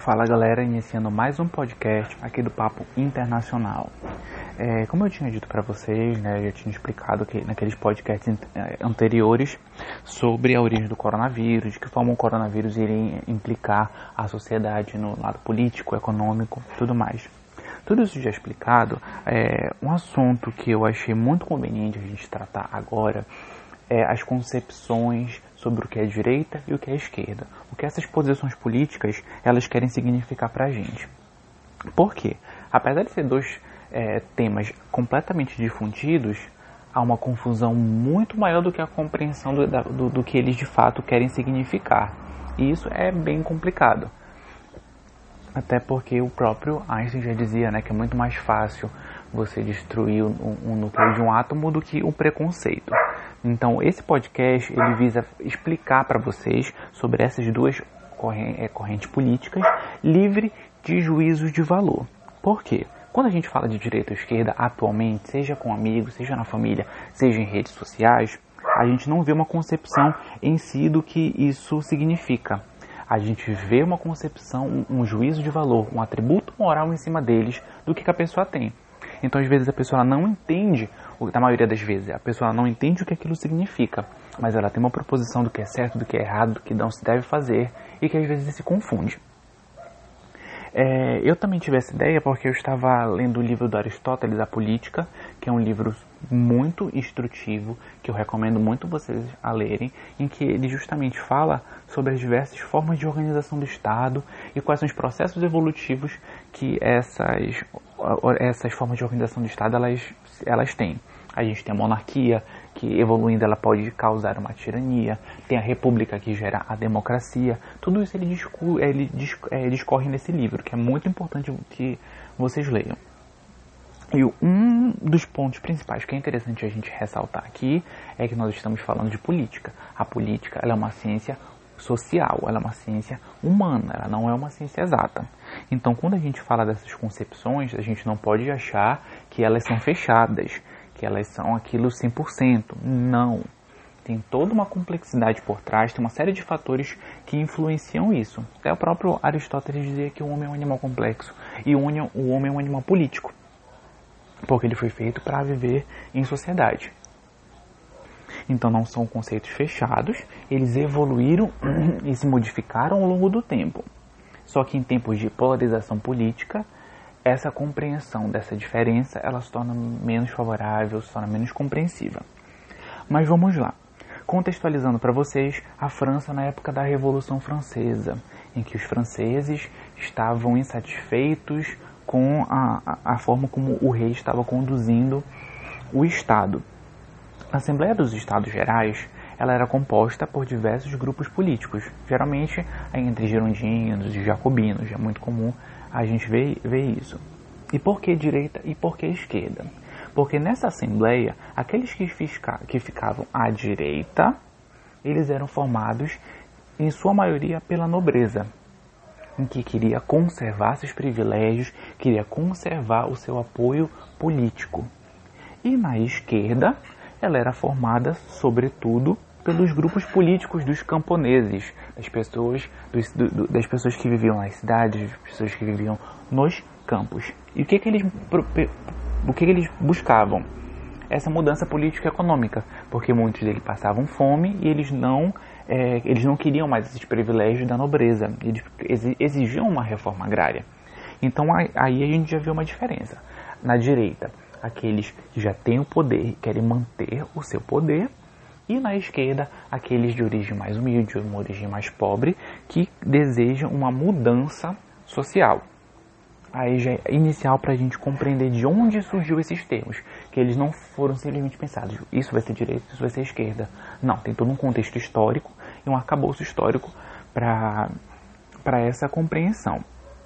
Fala galera, iniciando mais um podcast aqui do Papo Internacional. Como eu tinha dito para vocês, né, eu tinha explicado que naqueles podcasts anteriores sobre a origem do coronavírus, de que forma o coronavírus iria implicar a sociedade no lado político, econômico e tudo mais. Tudo isso já explicado, um assunto que eu achei muito conveniente a gente tratar agora é as concepções sobre o que é direita e o que é esquerda. O que essas posições políticas elas querem significar para a gente. Por quê? Apesar de ser dois temas completamente difundidos, há uma confusão muito maior do que a compreensão do que eles de fato querem significar. E isso é bem complicado. Até porque o próprio Einstein já dizia, né, que é muito mais fácil você destruir um núcleo de um átomo do que um preconceito. Então, esse podcast ele visa explicar para vocês sobre essas duas correntes políticas, livre de juízos de valor. Por quê? Quando a gente fala de direita ou esquerda, atualmente, seja com amigos, seja na família, seja em redes sociais, a gente não vê uma concepção em si do que isso significa. A gente vê uma concepção, um juízo de valor, um atributo moral em cima deles do que a pessoa tem. Então, às vezes, a pessoa não entende, na maioria das vezes, a pessoa não entende o que aquilo significa, mas ela tem uma proposição do que é certo, do que é errado, do que não se deve fazer e que às vezes se confunde. Eu também tive essa ideia porque eu estava lendo o livro do Aristóteles, A Política, que é um livro muito instrutivo, que eu recomendo muito vocês a lerem, em que ele justamente fala sobre as diversas formas de organização do Estado e quais são os processos evolutivos que essas formas de organização do Estado elas têm. A gente tem a monarquia, que evoluindo ela pode causar uma tirania, tem a república que gera a democracia. Tudo isso ele discorre nesse livro, que é muito importante que vocês leiam. E um dos pontos principais que é interessante a gente ressaltar aqui é que nós estamos falando de política. A política ela é uma ciência social, ela é uma ciência humana, ela não é uma ciência exata. Então, quando a gente fala dessas concepções, a gente não pode achar que elas são fechadas, que elas são aquilo 100%. Não. Tem toda uma complexidade por trás, tem uma série de fatores que influenciam isso. Até o próprio Aristóteles dizia que o homem é um animal complexo e o homem é um animal político, porque ele foi feito para viver em sociedade. Então não são conceitos fechados, eles evoluíram e se modificaram ao longo do tempo. Só que em tempos de polarização política, essa compreensão dessa diferença ela se torna menos favorável, se torna menos compreensiva. Mas vamos lá. Contextualizando para vocês, a França na época da Revolução Francesa, em que os franceses estavam insatisfeitos com a forma como o rei estava conduzindo o Estado. A Assembleia dos Estados Gerais ela era composta por diversos grupos políticos, geralmente entre girondinos e jacobinos, é muito comum a gente ver isso. E por que direita e por que esquerda? Porque nessa Assembleia, aqueles que ficavam à direita, eles eram formados em sua maioria pela nobreza, em que queria conservar seus privilégios, queria conservar o seu apoio político. E na esquerda, ela era formada, sobretudo, pelos grupos políticos dos camponeses, das pessoas que viviam nas cidades, das pessoas que viviam nos campos. E o que eles buscavam? Essa mudança política e econômica, porque muitos deles passavam fome e eles não queriam mais esses privilégios da nobreza, eles exigiam uma reforma agrária. Então aí a gente já vê uma diferença. Na direita, aqueles que já têm o poder querem manter o seu poder, e na esquerda, aqueles de origem mais humilde, uma origem mais pobre, que desejam uma mudança social. Aí já é inicial para a gente compreender de onde surgiu esses termos, que eles não foram simplesmente pensados, isso vai ser direita, isso vai ser esquerda. Não, tem todo um contexto histórico e um arcabouço histórico para essa compreensão.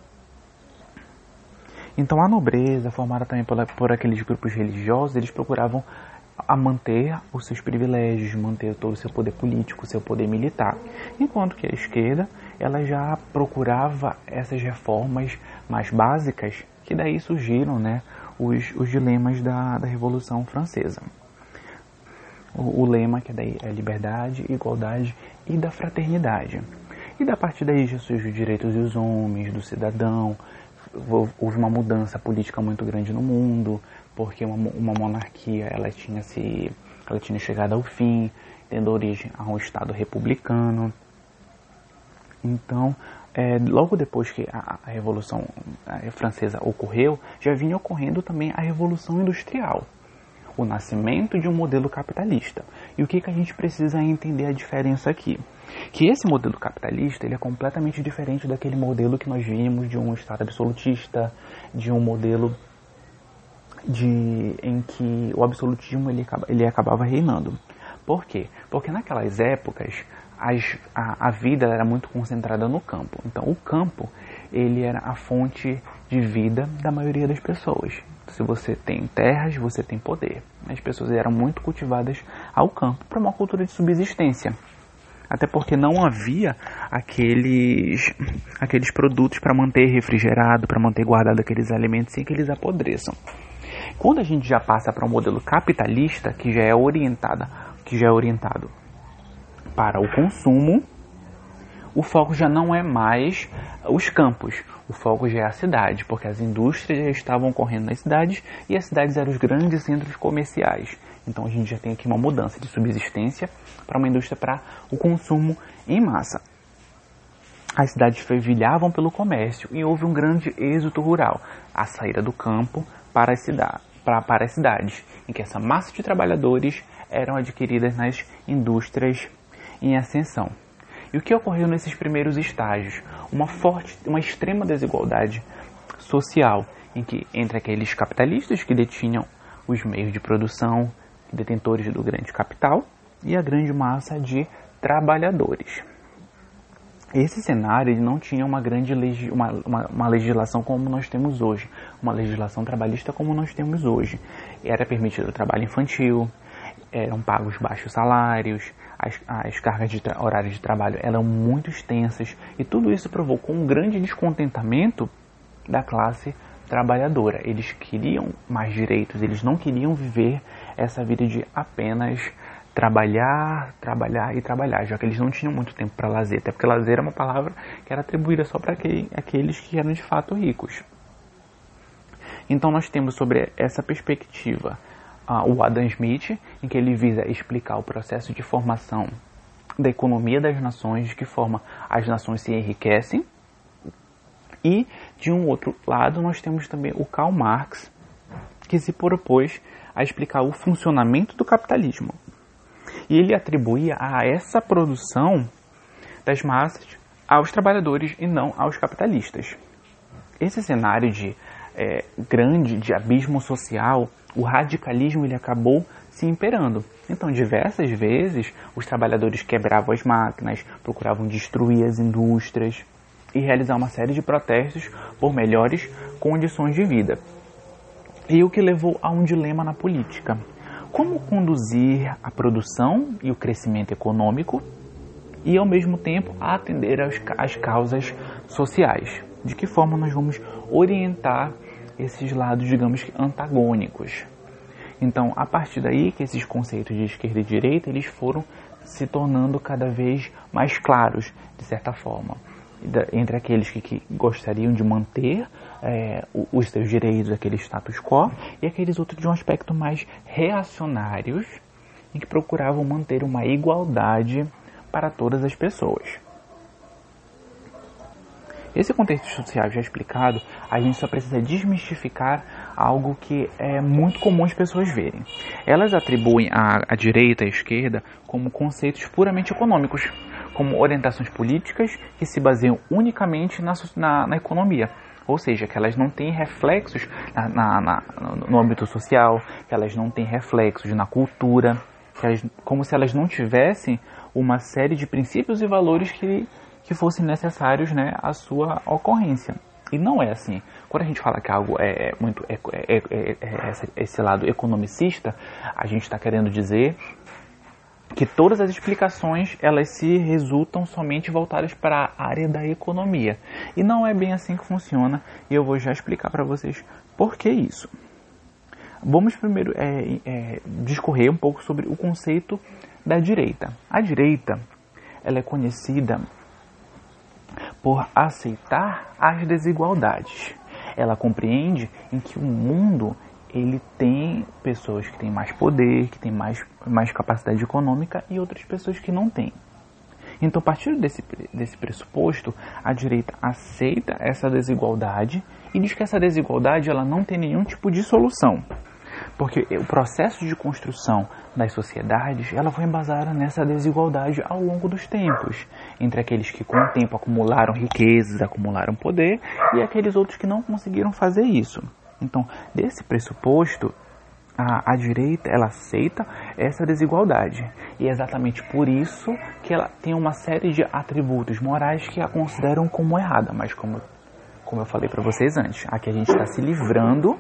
Então a nobreza, formada também por aqueles grupos religiosos, eles procuravam a manter os seus privilégios, manter todo o seu poder político, o seu poder militar. Enquanto que a esquerda, ela já procurava essas reformas mais básicas, que daí surgiram, né, os dilemas da Revolução Francesa. O lema que daí é liberdade, igualdade e da fraternidade. E a partir daí já surgiu os direitos dos homens, do cidadão. Houve uma mudança política muito grande no mundo, porque uma monarquia ela tinha chegado ao fim, tendo origem a um Estado republicano. Então, logo depois que a Revolução Francesa ocorreu, já vinha ocorrendo também a Revolução Industrial, o nascimento de um modelo capitalista. E o que a gente precisa entender a diferença aqui? Que esse modelo capitalista ele é completamente diferente daquele modelo que nós vimos de um Estado absolutista, de um modelo em que o absolutismo ele acabava reinando. Por quê? Porque naquelas épocas a vida era muito concentrada no campo. Então o campo ele era a fonte de vida da maioria das pessoas. Se você tem terras, você tem poder. As pessoas eram muito cultivadas ao campo para uma cultura de subsistência. Até porque não havia aqueles produtos para manter refrigerado, para manter guardado aqueles alimentos sem que eles apodreçam. Quando a gente já passa para um modelo capitalista, que já é orientado para o consumo, o foco já não é mais os campos, o foco já é a cidade, porque as indústrias já estavam ocorrendo nas cidades e as cidades eram os grandes centros comerciais. Então a gente já tem aqui uma mudança de subsistência para uma indústria para o consumo em massa. As cidades fervilhavam pelo comércio e houve um grande êxodo rural, a saída do campo para as cidades, em que essa massa de trabalhadores eram adquiridas nas indústrias em ascensão. E o que ocorreu nesses primeiros estágios? Uma extrema desigualdade social entre aqueles capitalistas que detinham os meios de produção, detentores do grande capital, e a grande massa de trabalhadores. Esse cenário ele não tinha uma legislação como nós temos hoje, uma legislação trabalhista como nós temos hoje. Era permitido o trabalho infantil, eram pagos baixos salários, as cargas horárias de trabalho eram muito extensas, e tudo isso provocou um grande descontentamento da classe trabalhadora. Eles queriam mais direitos, eles não queriam viver essa vida de apenas trabalhar, já que eles não tinham muito tempo para lazer, até porque lazer é uma palavra que era atribuída só para aqueles que eram de fato ricos. Então nós temos sobre essa perspectiva o Adam Smith, em que ele visa explicar o processo de formação da economia das nações, de que forma as nações se enriquecem. E, de um outro lado, nós temos também o Karl Marx, que se propôs a explicar o funcionamento do capitalismo. E ele atribuía a essa produção das massas aos trabalhadores e não aos capitalistas. Esse cenário de abismo social, o radicalismo ele acabou se imperando. Então, diversas vezes, os trabalhadores quebravam as máquinas, procuravam destruir as indústrias e realizar uma série de protestos por melhores condições de vida. E o que levou a um dilema na política. Como conduzir a produção e o crescimento econômico e, ao mesmo tempo, atender às causas sociais? De que forma nós vamos orientar esses lados, digamos que antagônicos? Então, a partir daí que esses conceitos de esquerda e direita, eles foram se tornando cada vez mais claros, de certa forma. Entre aqueles que gostariam de manter os seus direitos, aquele status quo, e aqueles outros de um aspecto mais reacionários, em que procuravam manter uma igualdade para todas as pessoas. Esse contexto social já explicado, a gente só precisa desmistificar algo que é muito comum as pessoas verem. Elas atribuem a direita e a esquerda como conceitos puramente econômicos, como orientações políticas que se baseiam unicamente na economia. Ou seja, que elas não têm reflexos no âmbito social, que elas não têm reflexos na cultura, como se elas não tivessem uma série de princípios e valores que fossem necessários, né, à sua ocorrência. E não é assim. Quando a gente fala que algo esse lado economicista, a gente está querendo dizer que todas as explicações elas se resultam somente voltadas para a área da economia. E não é bem assim que funciona, e eu vou já explicar para vocês por que isso. Vamos primeiro discorrer um pouco sobre o conceito da direita. A direita ela é conhecida por aceitar as desigualdades. Ela compreende em que o mundo ele tem pessoas que têm mais poder, que têm mais capacidade econômica e outras pessoas que não têm. Então, a partir desse pressuposto, a direita aceita essa desigualdade e diz que essa desigualdade ela não tem nenhum tipo de solução. Porque o processo de construção das sociedades ela foi embasada nessa desigualdade ao longo dos tempos, entre aqueles que com o tempo acumularam riquezas, acumularam poder, e aqueles outros que não conseguiram fazer isso. Então, desse pressuposto, a direita ela aceita essa desigualdade. E é exatamente por isso que ela tem uma série de atributos morais que a consideram como errada. Mas como eu falei para vocês antes, aqui a gente está se livrando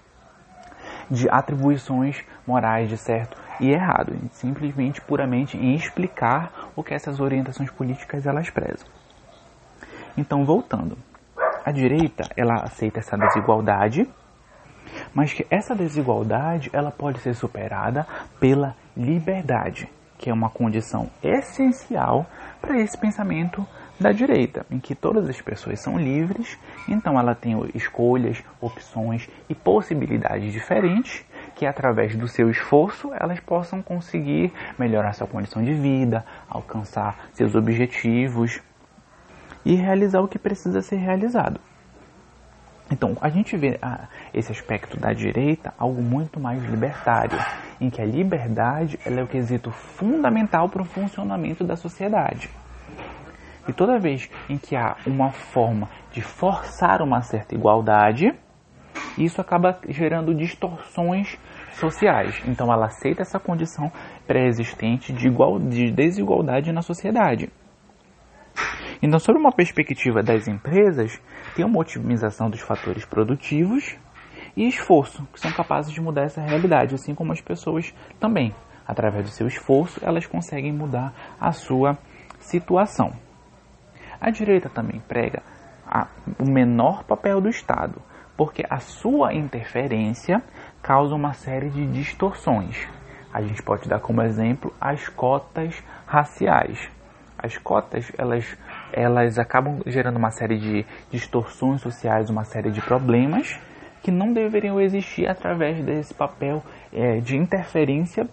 de atribuições morais de certo e errado, simplesmente, puramente em explicar o que essas orientações políticas elas prezam. Então, voltando, a direita ela aceita essa desigualdade, mas que essa desigualdade ela pode ser superada pela liberdade, que é uma condição essencial para esse pensamento da direita, em que todas as pessoas são livres, então ela tem escolhas, opções e possibilidades diferentes, que através do seu esforço elas possam conseguir melhorar sua condição de vida, alcançar seus objetivos e realizar o que precisa ser realizado. Então, a gente vê esse aspecto da direita algo muito mais libertário, em que a liberdade ela é o quesito fundamental para o funcionamento da sociedade. E toda vez em que há uma forma de forçar uma certa igualdade, isso acaba gerando distorções sociais. Então, ela aceita essa condição pré-existente de desigualdade na sociedade. Então, sob uma perspectiva das empresas, tem uma otimização dos fatores produtivos e esforço, que são capazes de mudar essa realidade, assim como as pessoas também. Através do seu esforço, elas conseguem mudar a sua situação. A direita também prega o menor papel do Estado, porque a sua interferência causa uma série de distorções. A gente pode dar como exemplo as cotas raciais. As cotas, elas acabam gerando uma série de distorções sociais, uma série de problemas que não deveriam existir através desse papel de interferência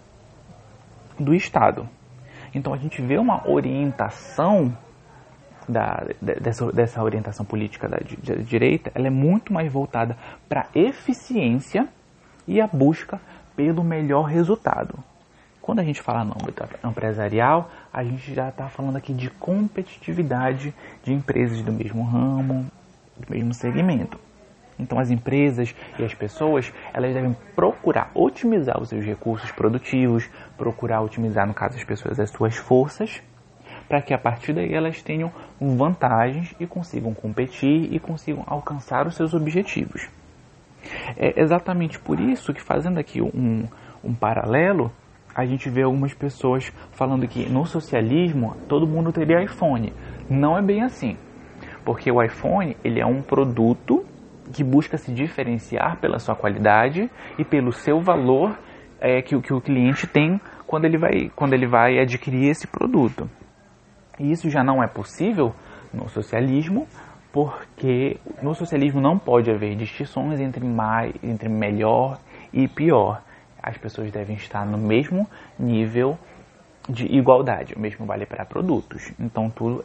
do Estado. Então a gente vê uma orientação dessa orientação política da direita, ela é muito mais voltada para a eficiência e a busca pelo melhor resultado. Quando a gente fala no âmbito empresarial, a gente já está falando aqui de competitividade de empresas do mesmo ramo, do mesmo segmento. Então as empresas e as pessoas, elas devem procurar otimizar os seus recursos produtivos, procurar otimizar, no caso das pessoas, as suas forças, para que a partir daí elas tenham vantagens e consigam competir e consigam alcançar os seus objetivos. É exatamente por isso que, fazendo aqui um paralelo, a gente vê algumas pessoas falando que no socialismo todo mundo teria iPhone. Não é bem assim, porque o iPhone ele é um produto que busca se diferenciar pela sua qualidade e pelo seu valor que o cliente tem quando ele vai adquirir esse produto. E isso já não é possível no socialismo, porque no socialismo não pode haver distinções entre melhor e pior. As pessoas devem estar no mesmo nível de igualdade, o mesmo vale para produtos. Então tudo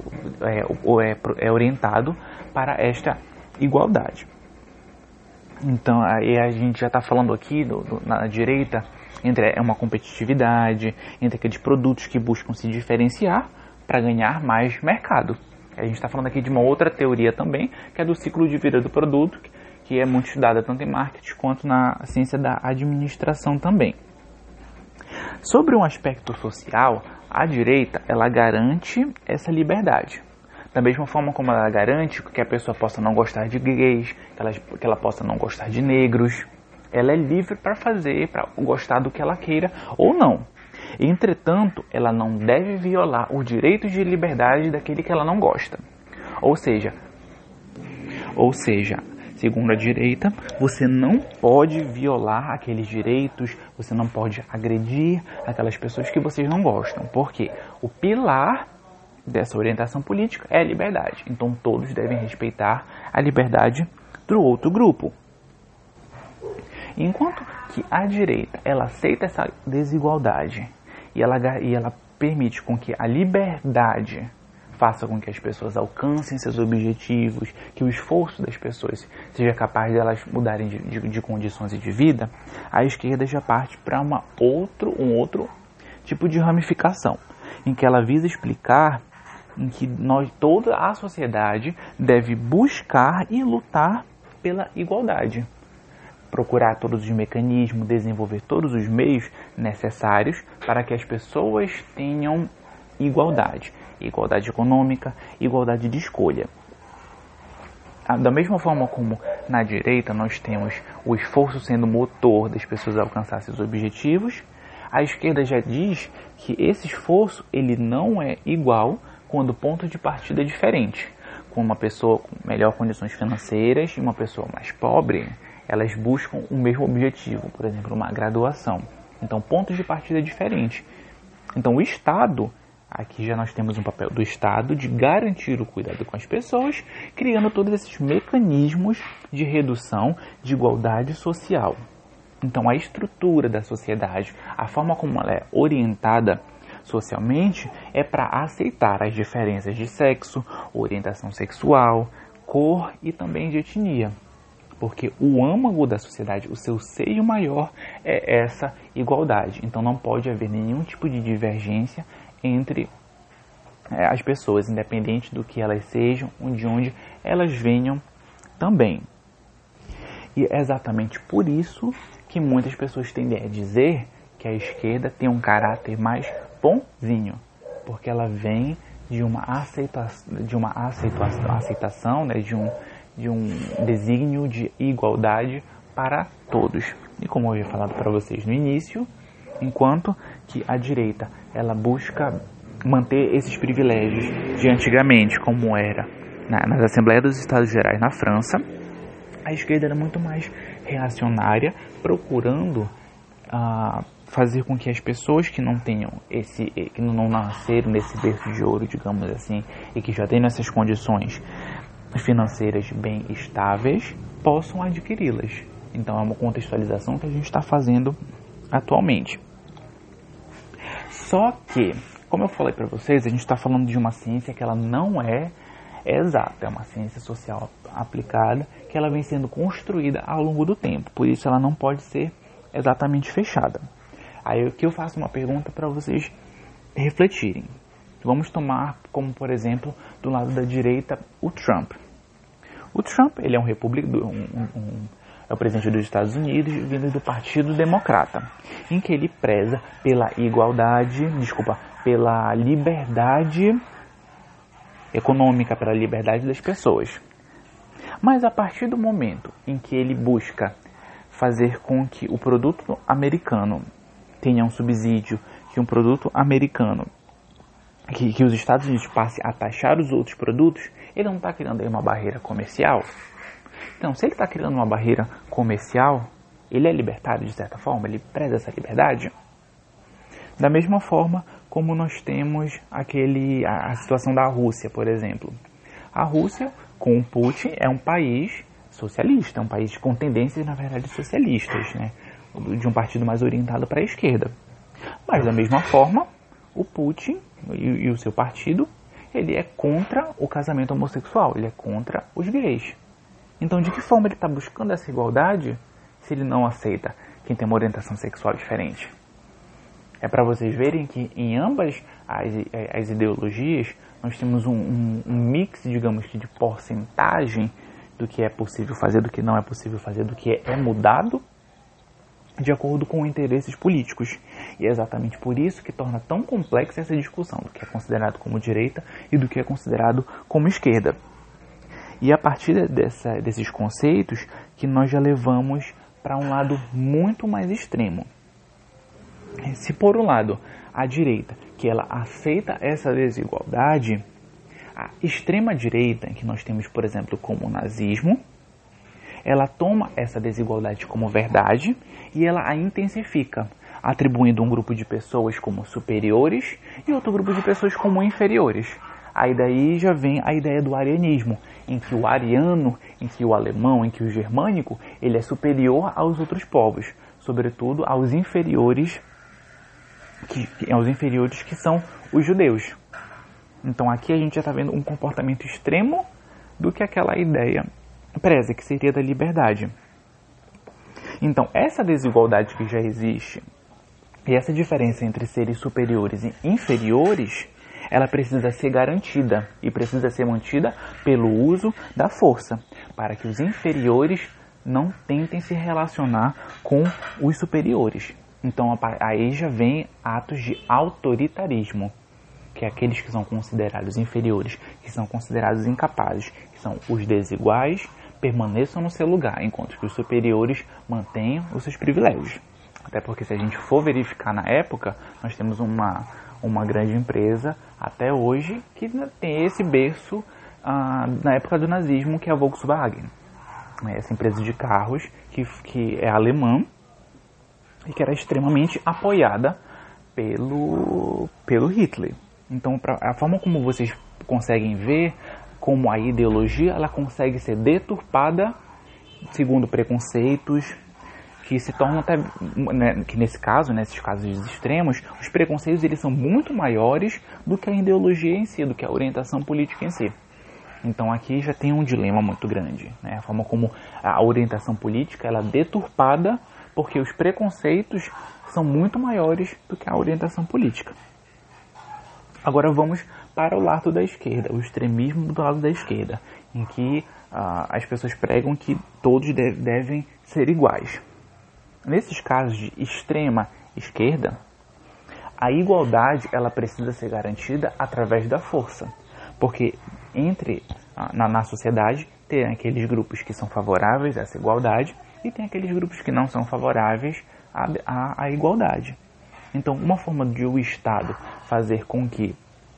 é orientado para esta igualdade. Então aí a gente já está falando aqui na direita entre uma competitividade, entre aqueles produtos que buscam se diferenciar para ganhar mais mercado. A gente está falando aqui de uma outra teoria também, que é do ciclo de vida do produto, que é muito estudada tanto em marketing quanto na ciência da administração também. Sobre um aspecto social, a direita ela garante essa liberdade. Da mesma forma como ela garante que a pessoa possa não gostar de gays, que ela possa não gostar de negros, ela é livre para gostar do que ela queira ou não. Entretanto, ela não deve violar os direitos de liberdade daquele que ela não gosta. Ou seja, segundo a direita, você não pode violar aqueles direitos, você não pode agredir aquelas pessoas que vocês não gostam. Porque o pilar dessa orientação política é a liberdade. Então todos devem respeitar a liberdade do outro grupo. Enquanto que a direita ela aceita essa desigualdade e ela permite com que a liberdade faça com que as pessoas alcancem seus objetivos, que o esforço das pessoas seja capaz de elas mudarem de condições e de vida, a esquerda já parte para um outro tipo de ramificação, em que ela visa explicar em que toda a sociedade deve buscar e lutar pela igualdade, procurar todos os mecanismos, desenvolver todos os meios necessários para que as pessoas tenham igualdade econômica, igualdade de escolha. Da mesma forma como na direita nós temos o esforço sendo motor das pessoas alcançar seus objetivos, a esquerda já diz que esse esforço ele não é igual quando o ponto de partida é diferente. Com uma pessoa com melhor condições financeiras e uma pessoa mais pobre, elas buscam o mesmo objetivo, por exemplo, uma graduação. Então, pontos de partida diferentes. Então, o Estado, aqui já nós temos um papel do Estado de garantir o cuidado com as pessoas, criando todos esses mecanismos de redução de igualdade social. Então, a estrutura da sociedade, a forma como ela é orientada socialmente, é para aceitar as diferenças de sexo, orientação sexual, cor e também de etnia. Porque o âmago da sociedade, o seu seio maior, é essa igualdade. Então não pode haver nenhum tipo de divergência entre as pessoas, independente do que elas sejam, de onde elas venham também. E é exatamente por isso que muitas pessoas tendem a dizer que a esquerda tem um caráter mais bonzinho, porque ela vem de uma aceitação, né, de um desígnio de igualdade para todos. E como eu havia falado para vocês no início, enquanto que a direita ela busca manter esses privilégios de antigamente, como era nas Assembleias dos Estados Gerais na França, a esquerda era muito mais reacionária, procurando fazer com que as pessoas que não tenham que não nasceram nesse berço de ouro, digamos assim, e que já têm essas condições financeiras bem estáveis, possam adquiri-las. Então é uma contextualização que a gente está fazendo atualmente. Só que, como eu falei para vocês, a gente está falando de uma ciência que ela não é exata, é uma ciência social aplicada que ela vem sendo construída ao longo do tempo, por isso ela não pode ser exatamente fechada. Aí aqui eu faço uma pergunta para vocês refletirem. Vamos tomar como, por exemplo, do lado da direita, o Trump. O Trump, ele é é o presidente dos Estados Unidos, vindo do Partido Democrata, em que ele preza pela pela liberdade econômica, pela liberdade das pessoas. Mas a partir do momento em que ele busca fazer com que o produto americano tenha um subsídio, que um produto americano, que os Estados Unidos passem a taxar os outros produtos, ele não está criando aí uma barreira comercial? Então, se ele está criando uma barreira comercial, ele é libertário de certa forma? Ele preza essa liberdade? Da mesma forma como nós temos a situação da Rússia, por exemplo. A Rússia, com o Putin, é um país socialista, um país com tendências, na verdade, socialistas, né? De um partido mais orientado para a esquerda. Mas, da mesma forma, o Putin e o seu partido, ele é contra o casamento homossexual, ele é contra os gays. Então, de que forma ele está buscando essa igualdade se ele não aceita quem tem uma orientação sexual diferente? É para vocês verem que em ambas as ideologias nós temos um mix, digamos que, de porcentagem do que é possível fazer, do que não é possível fazer, do que é mudado de acordo com interesses políticos. E é exatamente por isso que torna tão complexa essa discussão do que é considerado como direita e do que é considerado como esquerda. E a partir desses conceitos que nós já levamos para um lado muito mais extremo. Se por um lado a direita, que ela aceita essa desigualdade, a extrema direita, que nós temos, por exemplo, como o nazismo, ela toma essa desigualdade como verdade e ela a intensifica, atribuindo um grupo de pessoas como superiores e outro grupo de pessoas como inferiores. Aí daí já vem a ideia do arianismo, em que o ariano, em que o alemão, em que o germânico, ele é superior aos outros povos, sobretudo aos inferiores que são os judeus. Então aqui a gente já está vendo um comportamento extremo do que aquela ideia preza, que seria da liberdade. Então essa desigualdade que já existe, e essa diferença entre seres superiores e inferiores, ela precisa ser garantida e precisa ser mantida pelo uso da força, para que os inferiores não tentem se relacionar com os superiores. Então aí já vem atos de autoritarismo, que é aqueles que são considerados inferiores, que são considerados incapazes, que são os desiguais, permaneçam no seu lugar, enquanto que os superiores mantenham os seus privilégios. Até porque se a gente for verificar na época, nós temos uma grande empresa até hoje que tem esse berço na época do nazismo, que é a Volkswagen. Essa empresa de carros que é alemã e que era extremamente apoiada pelo Hitler. Então, a forma como vocês conseguem ver como a ideologia ela consegue ser deturpada segundo preconceitos que se tornam até, né, que nesses casos extremos, os preconceitos eles são muito maiores do que a ideologia em si, do que a orientação política em si. Então aqui já tem um dilema muito grande, né? A forma como a orientação política ela é deturpada porque os preconceitos são muito maiores do que a orientação política. Agora vamos para o lado da esquerda, o extremismo do lado da esquerda, em que as pessoas pregam que todos devem ser iguais. Nesses casos de extrema esquerda, a igualdade ela precisa ser garantida através da força, porque na sociedade tem aqueles grupos que são favoráveis a essa igualdade e tem aqueles grupos que não são favoráveis à igualdade. Então, uma forma de o Estado fazer com que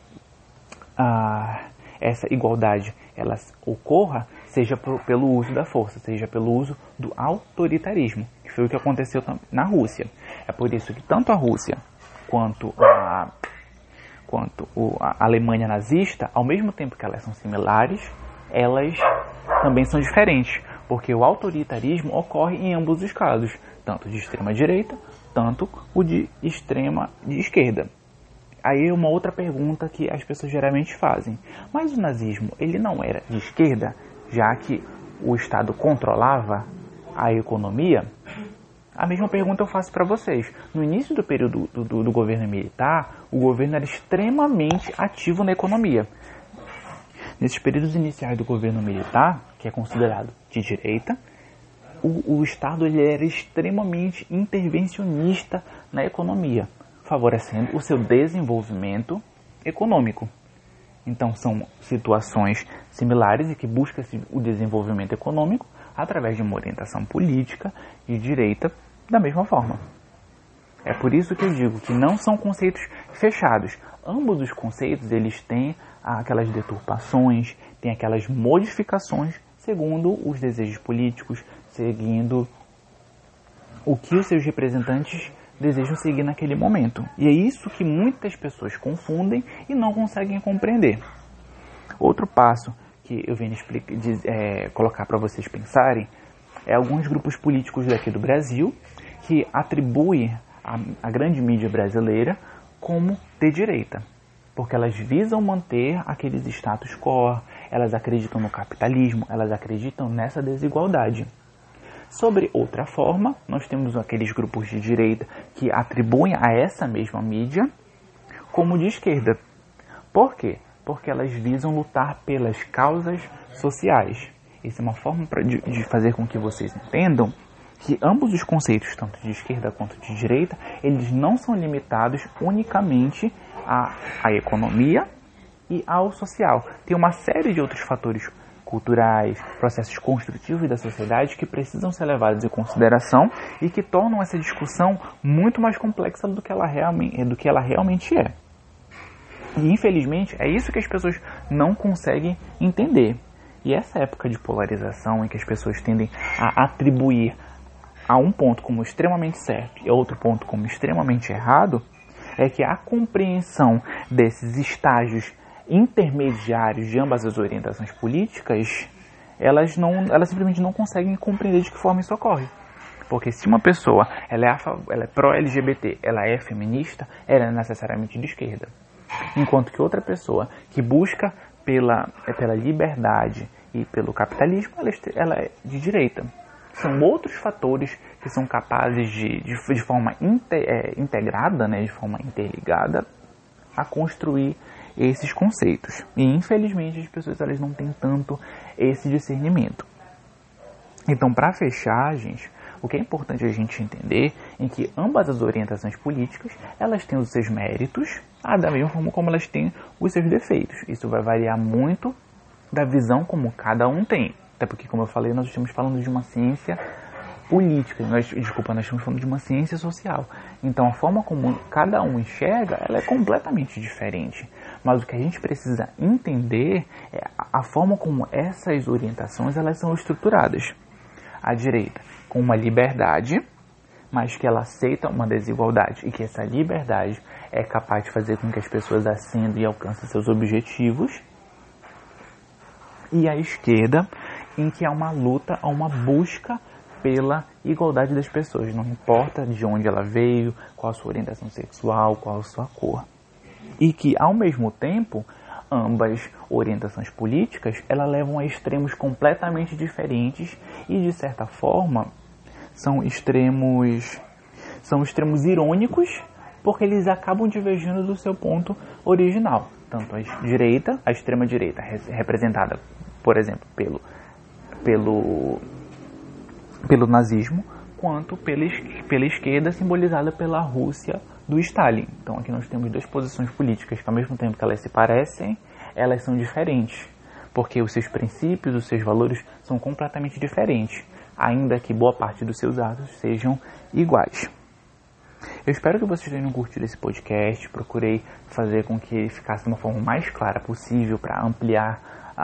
essa igualdade ela ocorra seja pelo uso da força, seja pelo uso do autoritarismo, que foi o que aconteceu na Rússia. É por isso que tanto a Rússia quanto a Alemanha nazista, ao mesmo tempo que elas são similares, elas também são diferentes, porque o autoritarismo ocorre em ambos os casos, tanto de extrema direita, tanto o de extrema de esquerda. Aí uma outra pergunta que as pessoas geralmente fazem, mas o nazismo ele não era de esquerda, já que o Estado controlava a economia? A mesma pergunta eu faço para vocês. No início do período do governo militar, o governo era extremamente ativo na economia. Nesses períodos iniciais do governo militar, que é considerado de direita, o Estado ele era extremamente intervencionista na economia, favorecendo o seu desenvolvimento econômico. Então são situações similares e que busca-se o desenvolvimento econômico através de uma orientação política de direita da mesma forma. É por isso que eu digo que não são conceitos fechados. Ambos os conceitos eles têm aquelas deturpações, têm aquelas modificações segundo os desejos políticos, seguindo o que os seus representantes desejam seguir naquele momento. E é isso que muitas pessoas confundem e não conseguem compreender. Outro passo que eu venho colocar para vocês pensarem é alguns grupos políticos daqui do Brasil que atribuem a grande mídia brasileira como de direita, porque elas visam manter aqueles status quo, elas acreditam no capitalismo, elas acreditam nessa desigualdade. Sobre outra forma, nós temos aqueles grupos de direita que atribuem a essa mesma mídia como de esquerda. Por quê? Porque elas visam lutar pelas causas sociais. Isso é uma forma de fazer com que vocês entendam que ambos os conceitos, tanto de esquerda quanto de direita, eles não são limitados unicamente à economia e ao social. Tem uma série de outros fatores culturais, processos construtivos da sociedade que precisam ser levados em consideração e que tornam essa discussão muito mais complexa do que ela realmente é. E infelizmente é isso que as pessoas não conseguem entender. E essa época de polarização em que as pessoas tendem a atribuir a um ponto como extremamente certo e a outro ponto como extremamente errado, é que a compreensão desses estágios intermediários de ambas as orientações políticas, elas simplesmente não conseguem compreender de que forma isso ocorre. Porque se uma pessoa ela é pró-LGBT, ela é feminista, ela é necessariamente de esquerda. Enquanto que outra pessoa que busca pela liberdade e pelo capitalismo, ela é de direita. São outros fatores que são capazes de forma integrada, né, de forma interligada, a construir esses conceitos. E infelizmente as pessoas elas não têm tanto esse discernimento. Então, para fechar, gente, o que é importante a gente entender é que ambas as orientações políticas, elas têm os seus méritos, da mesma forma como elas têm os seus defeitos. Isso vai variar muito da visão como cada um tem. Até porque, como eu falei, nós estamos falando de uma ciência política, nós estamos falando de uma ciência social. Então, a forma como cada um enxerga, ela é completamente diferente. Mas o que a gente precisa entender é a forma como essas orientações elas são estruturadas. A direita com uma liberdade, mas que ela aceita uma desigualdade e que essa liberdade é capaz de fazer com que as pessoas ascendam e alcancem seus objetivos. E a esquerda, em que há uma luta, há uma busca pela igualdade das pessoas, não importa de onde ela veio, qual a sua orientação sexual, qual a sua cor. E que, ao mesmo tempo, ambas orientações políticas, elas levam a extremos completamente diferentes e, de certa forma, são extremos irônicos, porque eles acabam divergindo do seu ponto original. Tanto a extrema direita, representada, por exemplo, pelo nazismo, quanto pela esquerda, simbolizada pela Rússia do Stalin. Então aqui nós temos duas posições políticas que, ao mesmo tempo que elas se parecem, elas são diferentes, porque os seus princípios, os seus valores são completamente diferentes, ainda que boa parte dos seus atos sejam iguais. Eu espero que vocês tenham curtido esse podcast. Procurei fazer com que ele ficasse de uma forma mais clara possível para ampliar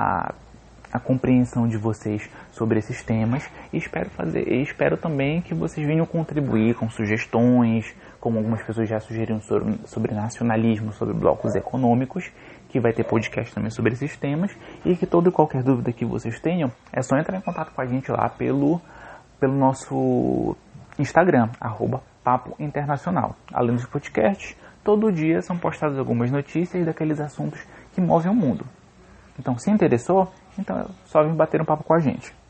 a compreensão de vocês sobre esses temas, e espero também que vocês venham contribuir com sugestões, como algumas pessoas já sugeriram sobre nacionalismo, sobre blocos econômicos, que vai ter podcast também sobre esses temas, e que toda e qualquer dúvida que vocês tenham, é só entrar em contato com a gente lá pelo nosso Instagram, @Papo Internacional. Além dos podcasts, todo dia são postadas algumas notícias daqueles assuntos que movem o mundo. Então, se interessou, então é só vir bater um papo com a gente.